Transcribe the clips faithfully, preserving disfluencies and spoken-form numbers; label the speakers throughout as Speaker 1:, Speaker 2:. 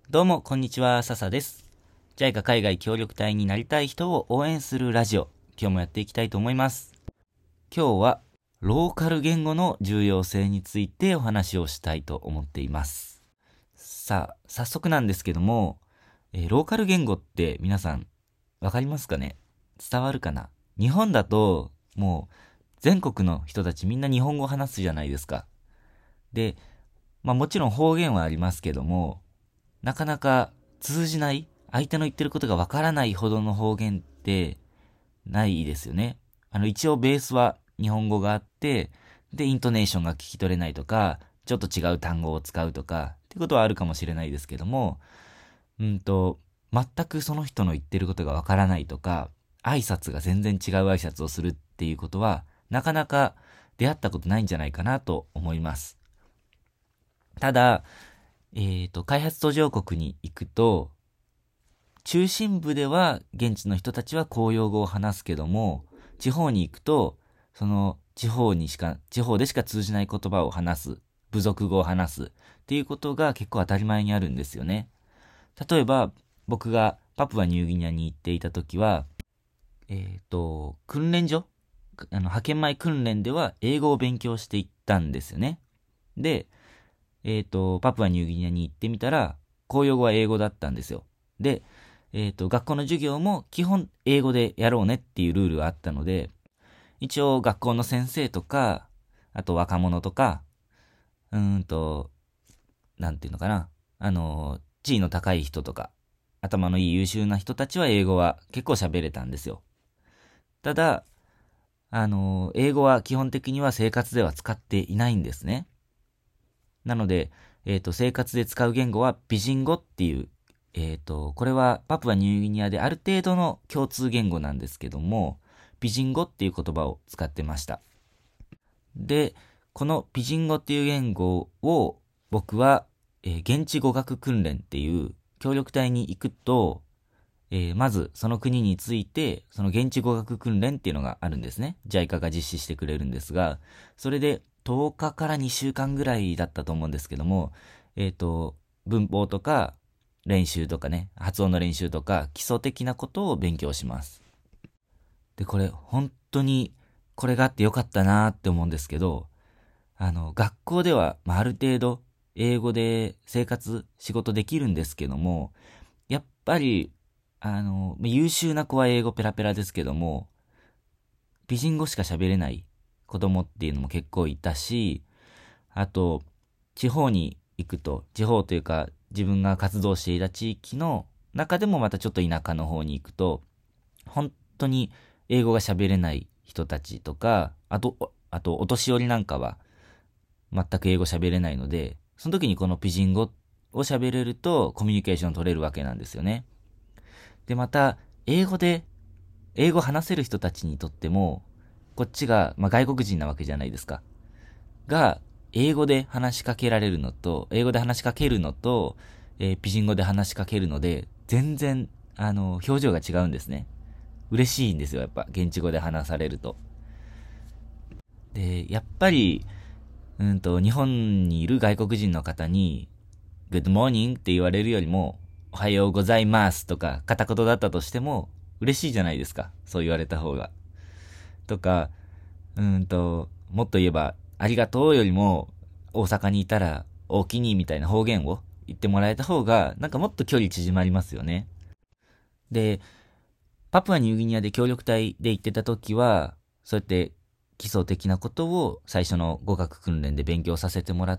Speaker 1: どうも、こんにちは、笹です。ジャイカ 海外協力隊になりたい人を応援するラジオ、今日もやっていきたいと思います。今日は、ローカル言語の重要性についてお話をしたいと思っています。さあ、早速なんですけども、えーローカル言語って皆さん、わかりますかね？伝わるかな？日本だと、もう、全国の人たちみんな日本語を話すじゃないですか。で、まあもちろん方言はありますけども、なかなか通じない、相手の言ってることがわからないほどの方言ってないですよね。あの一応ベースは日本語があって、で、イントネーションが聞き取れないとか、ちょっと違う単語を使うとか、ってことはあるかもしれないですけども、うんと、全くその人の言ってることがわからないとか、挨拶が全然違う挨拶をするっていうことは、なかなか出会ったことないんじゃないかなと思います。ただ、えっと、開発途上国に行くと、中心部では現地の人たちは公用語を話すけども、地方に行くと、その地方にしか、地方でしか通じない言葉を話す、部族語を話すっていうことが結構当たり前にあるんですよね。例えば、僕がパプアニューギニアに行っていた時は、えっと、訓練所あの、派遣前訓練では英語を勉強していったんですよね。で、えっと、パプアニューギニアに行ってみたら、公用語は英語だったんですよ。で、えっと、学校の授業も基本英語でやろうねっていうルールがあったので、一応学校の先生とか、あと若者とか、うーんと、なんていうのかな、あの、地位の高い人とか、頭のいい優秀な人たちは英語は結構喋れたんですよ。ただ、あの、英語は基本的には生活では使っていないんですね。なので、えっと、生活で使う言語はピジン語っていう、えっと、これはパプアニューギニアである程度の共通言語なんですけども、ピジン語っていう言葉を使ってました。で、このピジン語っていう言語を僕は、えー現地語学訓練っていう協力隊に行くと、えーまずその国について、その現地語学訓練っていうのがあるんですね。ジャイカ が実施してくれるんですが、それでとおかかからにしゅうかんぐらいだったと思うんですけども、えっと、文法とか練習とかね、発音の練習とか基礎的なことを勉強します。で、これ本当にこれがあってよかったなーって思うんですけど、あの、学校では、まあ、ある程度英語で生活、仕事できるんですけども、やっぱり、あの、優秀な子は英語ペラペラですけども、美人語しか喋れない子供っていうのも結構いたし、あと、地方に行くと、地方というか自分が活動していた地域の中でもまたちょっと田舎の方に行くと、本当に英語が喋れない人たちとか、あと、あとお年寄りなんかは全く英語喋れないので、その時にこのピジン語を喋れるとコミュニケーション取れるわけなんですよね。で、また、英語で、英語話せる人たちにとっても、こっちが、まあ、外国人なわけじゃないですか。が、英語で話しかけられるのと、英語で話しかけるのと、えーピジン語で話しかけるので、全然、あの、表情が違うんですね。嬉しいんですよ、やっぱ、現地語で話されると。で、やっぱり、うんと、日本にいる外国人の方に、Good morning って言われるよりも、おはようございますとか、片言だったとしても、嬉しいじゃないですか。そう言われた方が。とか、うーんと、もっと言えば、ありがとうよりも、大阪にいたら、おおきにみたいな方言を言ってもらえた方が、なんかもっと距離縮まりますよね。で、パプアニューギニアで協力隊で行ってた時は、そうやって基礎的なことを最初の語学訓練で勉強させてもらって、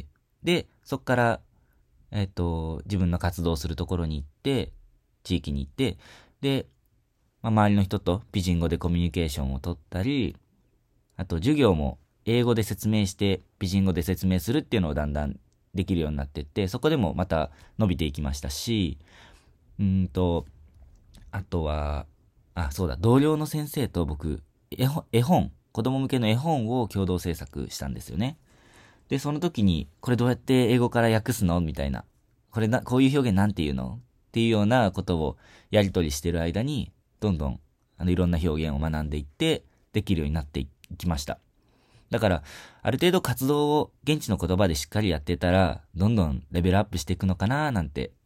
Speaker 1: で、そっから、えっと、自分の活動するところに行って、地域に行って、で、まあ、周りの人とピジン語でコミュニケーションを取ったり、あと授業も英語で説明して、ピジン語で説明するっていうのをだんだんできるようになってって、そこでもまた伸びていきましたし、うーんと、あとは、あ、そうだ、同僚の先生と僕、絵本、絵本、子供向けの絵本を共同制作したんですよね。で、その時に、これどうやって英語から訳すのみたいな。これな、こういう表現なんて言うのっていうようなことをやり取りしてる間に、どんどん、あの、いろんな表現を学んでいって、できるようになっていきました。だから、ある程度活動を現地の言葉でしっかりやってたら、どんどんレベルアップしていくのかななんて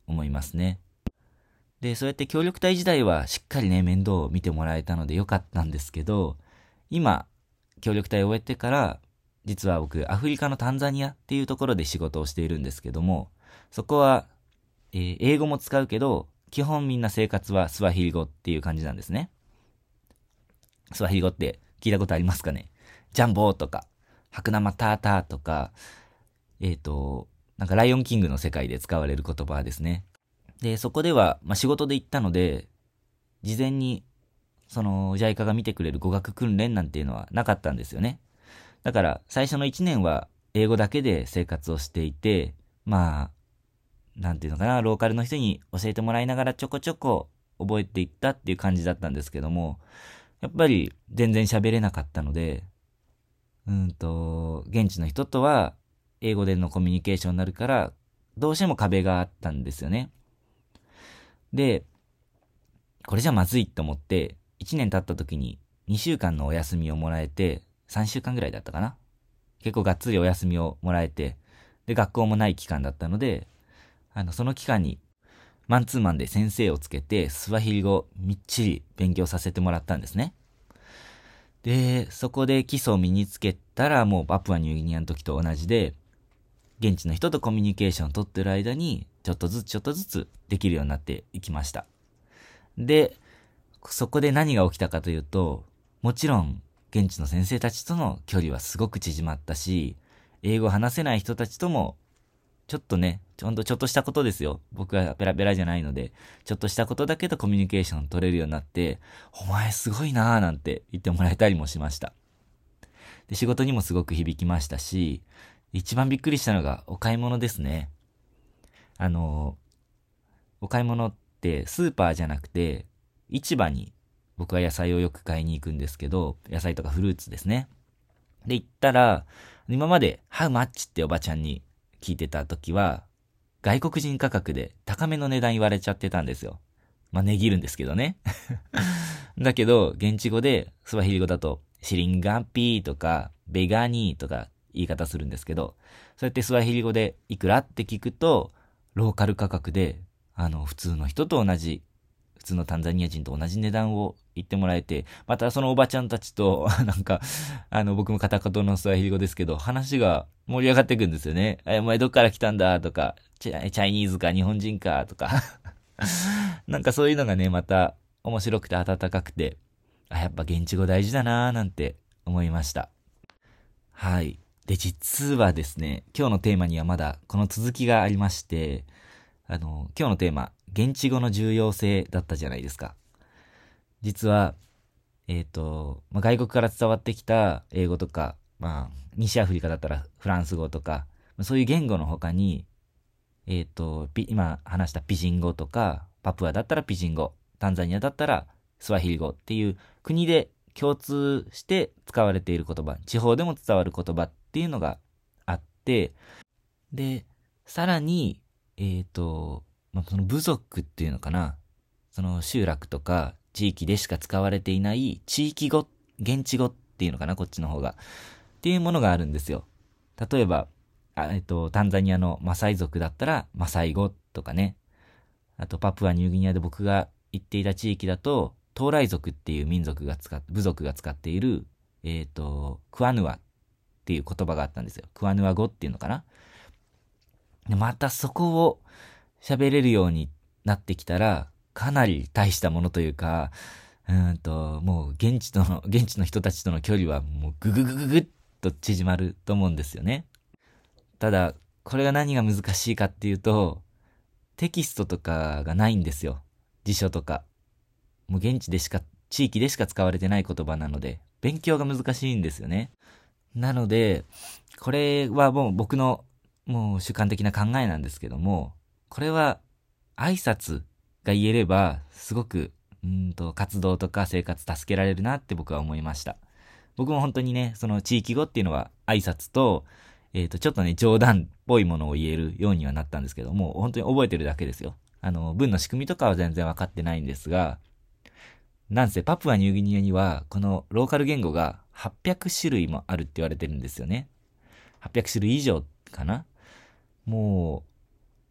Speaker 1: 思いますね。で、そうやって協力隊時代はしっかりね、面倒を見てもらえたのでよかったんですけど、今、協力隊を終えてから、実は僕、アフリカのタンザニアっていうところで仕事をしているんですけども、そこは、えー英語も使うけど、基本みんな生活はスワヒリ語っていう感じなんですね。スワヒリ語って聞いたことありますかね？ジャンボーとか、ハクナマターターとか、えっと、なんかライオンキングの世界で使われる言葉ですね。で、そこでは、まあ、仕事で行ったので、事前に、その、ジャイカが見てくれる語学訓練なんていうのはなかったんですよね。だから、最初のいちねんは、英語だけで生活をしていて、まあ、なんていうのかな、ローカルの人に教えてもらいながらちょこちょこ覚えていったっていう感じだったんですけども、やっぱり全然喋れなかったので、うんと、現地の人とは英語でのコミュニケーションになるから、どうしても壁があったんですよね。で、これじゃまずいと思って、いちねん経った時ににしゅうかんのお休みをもらえて、さんしゅうかんぐらいだったかな。結構がっつりお休みをもらえて、で、学校もない期間だったので、あの、その期間にマンツーマンで先生をつけて、スワヒリ語をみっちり勉強させてもらったんですね。で、そこで基礎を身につけたら、もうパプアニューギニアの時と同じで、現地の人とコミュニケーションを取ってる間に、ちょっとずつちょっとずつできるようになっていきました。で、そこで何が起きたかというと、もちろん、現地の先生たちとの距離はすごく縮まったし、英語を話せない人たちとも、ちょっとね、ほんとちょっとしたことですよ。僕はペラペラじゃないので、ちょっとしたことだけどコミュニケーション取れるようになって、お前すごいなーなんて言ってもらえたりもしました。で、仕事にもすごく響きましたし、一番びっくりしたのがお買い物ですね。あの、お買い物ってスーパーじゃなくて、市場に僕は野菜をよく買いに行くんですけど、野菜とかフルーツですね。で、行ったら、今まで、How much? っておばちゃんに聞いてた時は、外国人価格で高めの値段言われちゃってたんですよ。まあ、値切るんですけどね。だけど、現地語で、スワヒリ語だと、シリンガンピーとか、ベガニーとか言い方するんですけど、そうやってスワヒリ語でいくらって聞くと、ローカル価格で、あの、普通の人と同じ、普通のタンザニア人と同じ値段を言ってもらえて、またそのおばちゃんたちと、なんか、あの、僕も片言のスワヒリ語ですけど、話が盛り上がっていくんですよね。え、お前どっから来たんだとか、チャ、チャイニーズか日本人かとか。なんかそういうのがね、また面白くて温かくて、あ、やっぱ現地語大事だなーなんて思いました。はい。で、実はですね、今日のテーマにはまだこの続きがありまして、あの、今日のテーマ、現地語の重要性だったじゃないですか。実は、えっと、まあ、外国から伝わってきた英語とか、まあ、西アフリカだったらフランス語とか、そういう言語の他に、えっと、ピ今話したピジン語とか、パプアだったらピジン語、タンザニアだったらスワヒリ語っていう国で共通して使われている言葉、地方でも伝わる言葉っていうのがあって、で、さらに、えっと、まあ、その部族っていうのかな、その集落とか地域でしか使われていない地域語、現地語っていうのかな、こっちの方が。っていうものがあるんですよ。例えば、あえっと、タンザニアのマサイ族だったらマサイ語とかね。あと、パプアニューギニアで僕が行っていた地域だと、トーライ族っていう民族が使っ、部族が使っている、えっと、クアヌアっていう言葉があったんですよ。クアヌア語っていうのかな。でまたそこを喋れるようになってきたら、かなり大したものというか、うーんと、もう現地との、現地の人たちとの距離はもうぐぐぐぐぐっと縮まると思うんですよね。ただ、これが何が難しいかっていうと、テキストとかがないんですよ。辞書とか。もう現地でしか、地域でしか使われてない言葉なので、勉強が難しいんですよね。なので、これはもう僕のもう主観的な考えなんですけども、これは挨拶が言えれば、すごく、うんと、活動とか生活助けられるなって僕は思いました。僕も本当にね、その地域語っていうのは挨拶と、えっと、ちょっとね、冗談っぽいものを言えるようにはなったんですけども、本当に覚えてるだけですよ。あの、文の仕組みとかは全然わかってないんですが、なんせパプアニューギニアには、このローカル言語がはっぴゃくしゅるいもあるって言われてるんですよね。はっぴゃくしゅるい以上かな。もう、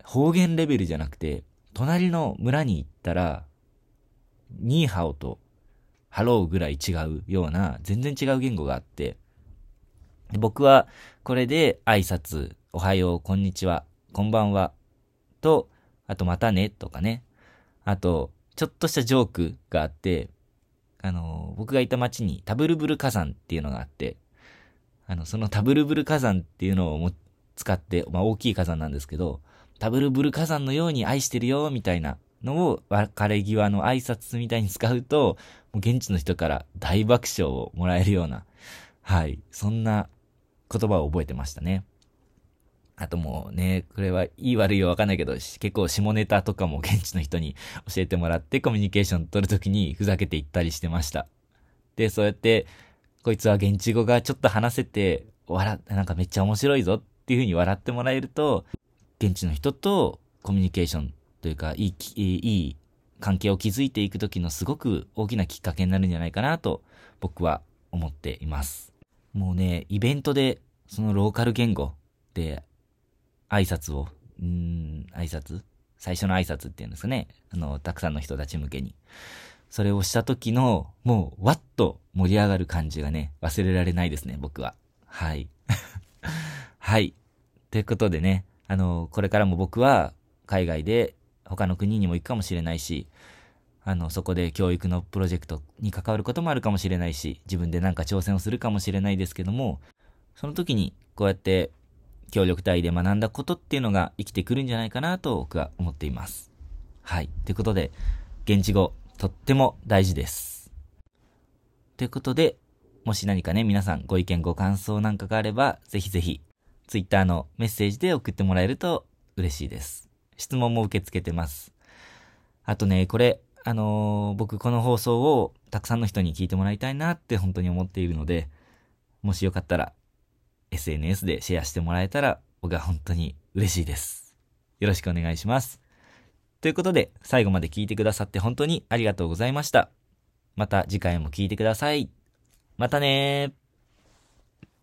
Speaker 1: 方言レベルじゃなくて、隣の村に行ったら、ニーハオとハローぐらい違うような、全然違う言語があって、で僕はこれで挨拶、おはよう、こんにちは、こんばんは、と、あとまたね、とかね。あと、ちょっとしたジョークがあって、あの、僕がいた町にタブルブル火山っていうのがあって、あの、そのタブルブル火山っていうのをも使って、まあ大きい火山なんですけど、タブルブル火山のように愛してるよ、みたいなのを別れ際の挨拶みたいに使うと、もう現地の人から大爆笑をもらえるような、はい、そんな言葉を覚えてましたね。あともうね、これはいい悪いはわかんないけど、結構下ネタとかも現地の人に教えてもらってコミュニケーション取るときにふざけていったりしてました。で、そうやって、こいつは現地語がちょっと話せて、笑、なんかめっちゃ面白いぞっていう風に笑ってもらえると、現地の人とコミュニケーションというか、いい、いい関係を築いていくときのすごく大きなきっかけになるんじゃないかなと僕は思っています。もうね、イベントでそのローカル言語で挨拶を、うーん、挨拶最初の挨拶っていうんですかね。あの、たくさんの人たち向けに。それをした時の、もう、わっと盛り上がる感じがね、忘れられないですね、僕は。はい。はい。ということでね、あの、これからも僕は、海外で他の国にも行くかもしれないし、あの、そこで教育のプロジェクトに関わることもあるかもしれないし、自分でなんか挑戦をするかもしれないですけども、その時に、こうやって、協力隊で学んだことっていうのが生きてくるんじゃないかなと僕は思っています。はい。ということで、現地語、とっても大事です。ということで、もし何かね、皆さんご意見ご感想なんかがあれば、ぜひぜひ、ツイッターのメッセージで送ってもらえると嬉しいです。質問も受け付けてます。あとね、これ、あのー、僕この放送をたくさんの人に聞いてもらいたいなって本当に思っているので、もしよかったら、エスエヌエス でシェアしてもらえたら僕は本当に嬉しいです。よろしくお願いします。ということで最後まで聞いてくださって本当にありがとうございました。また次回も聞いてください。またねー。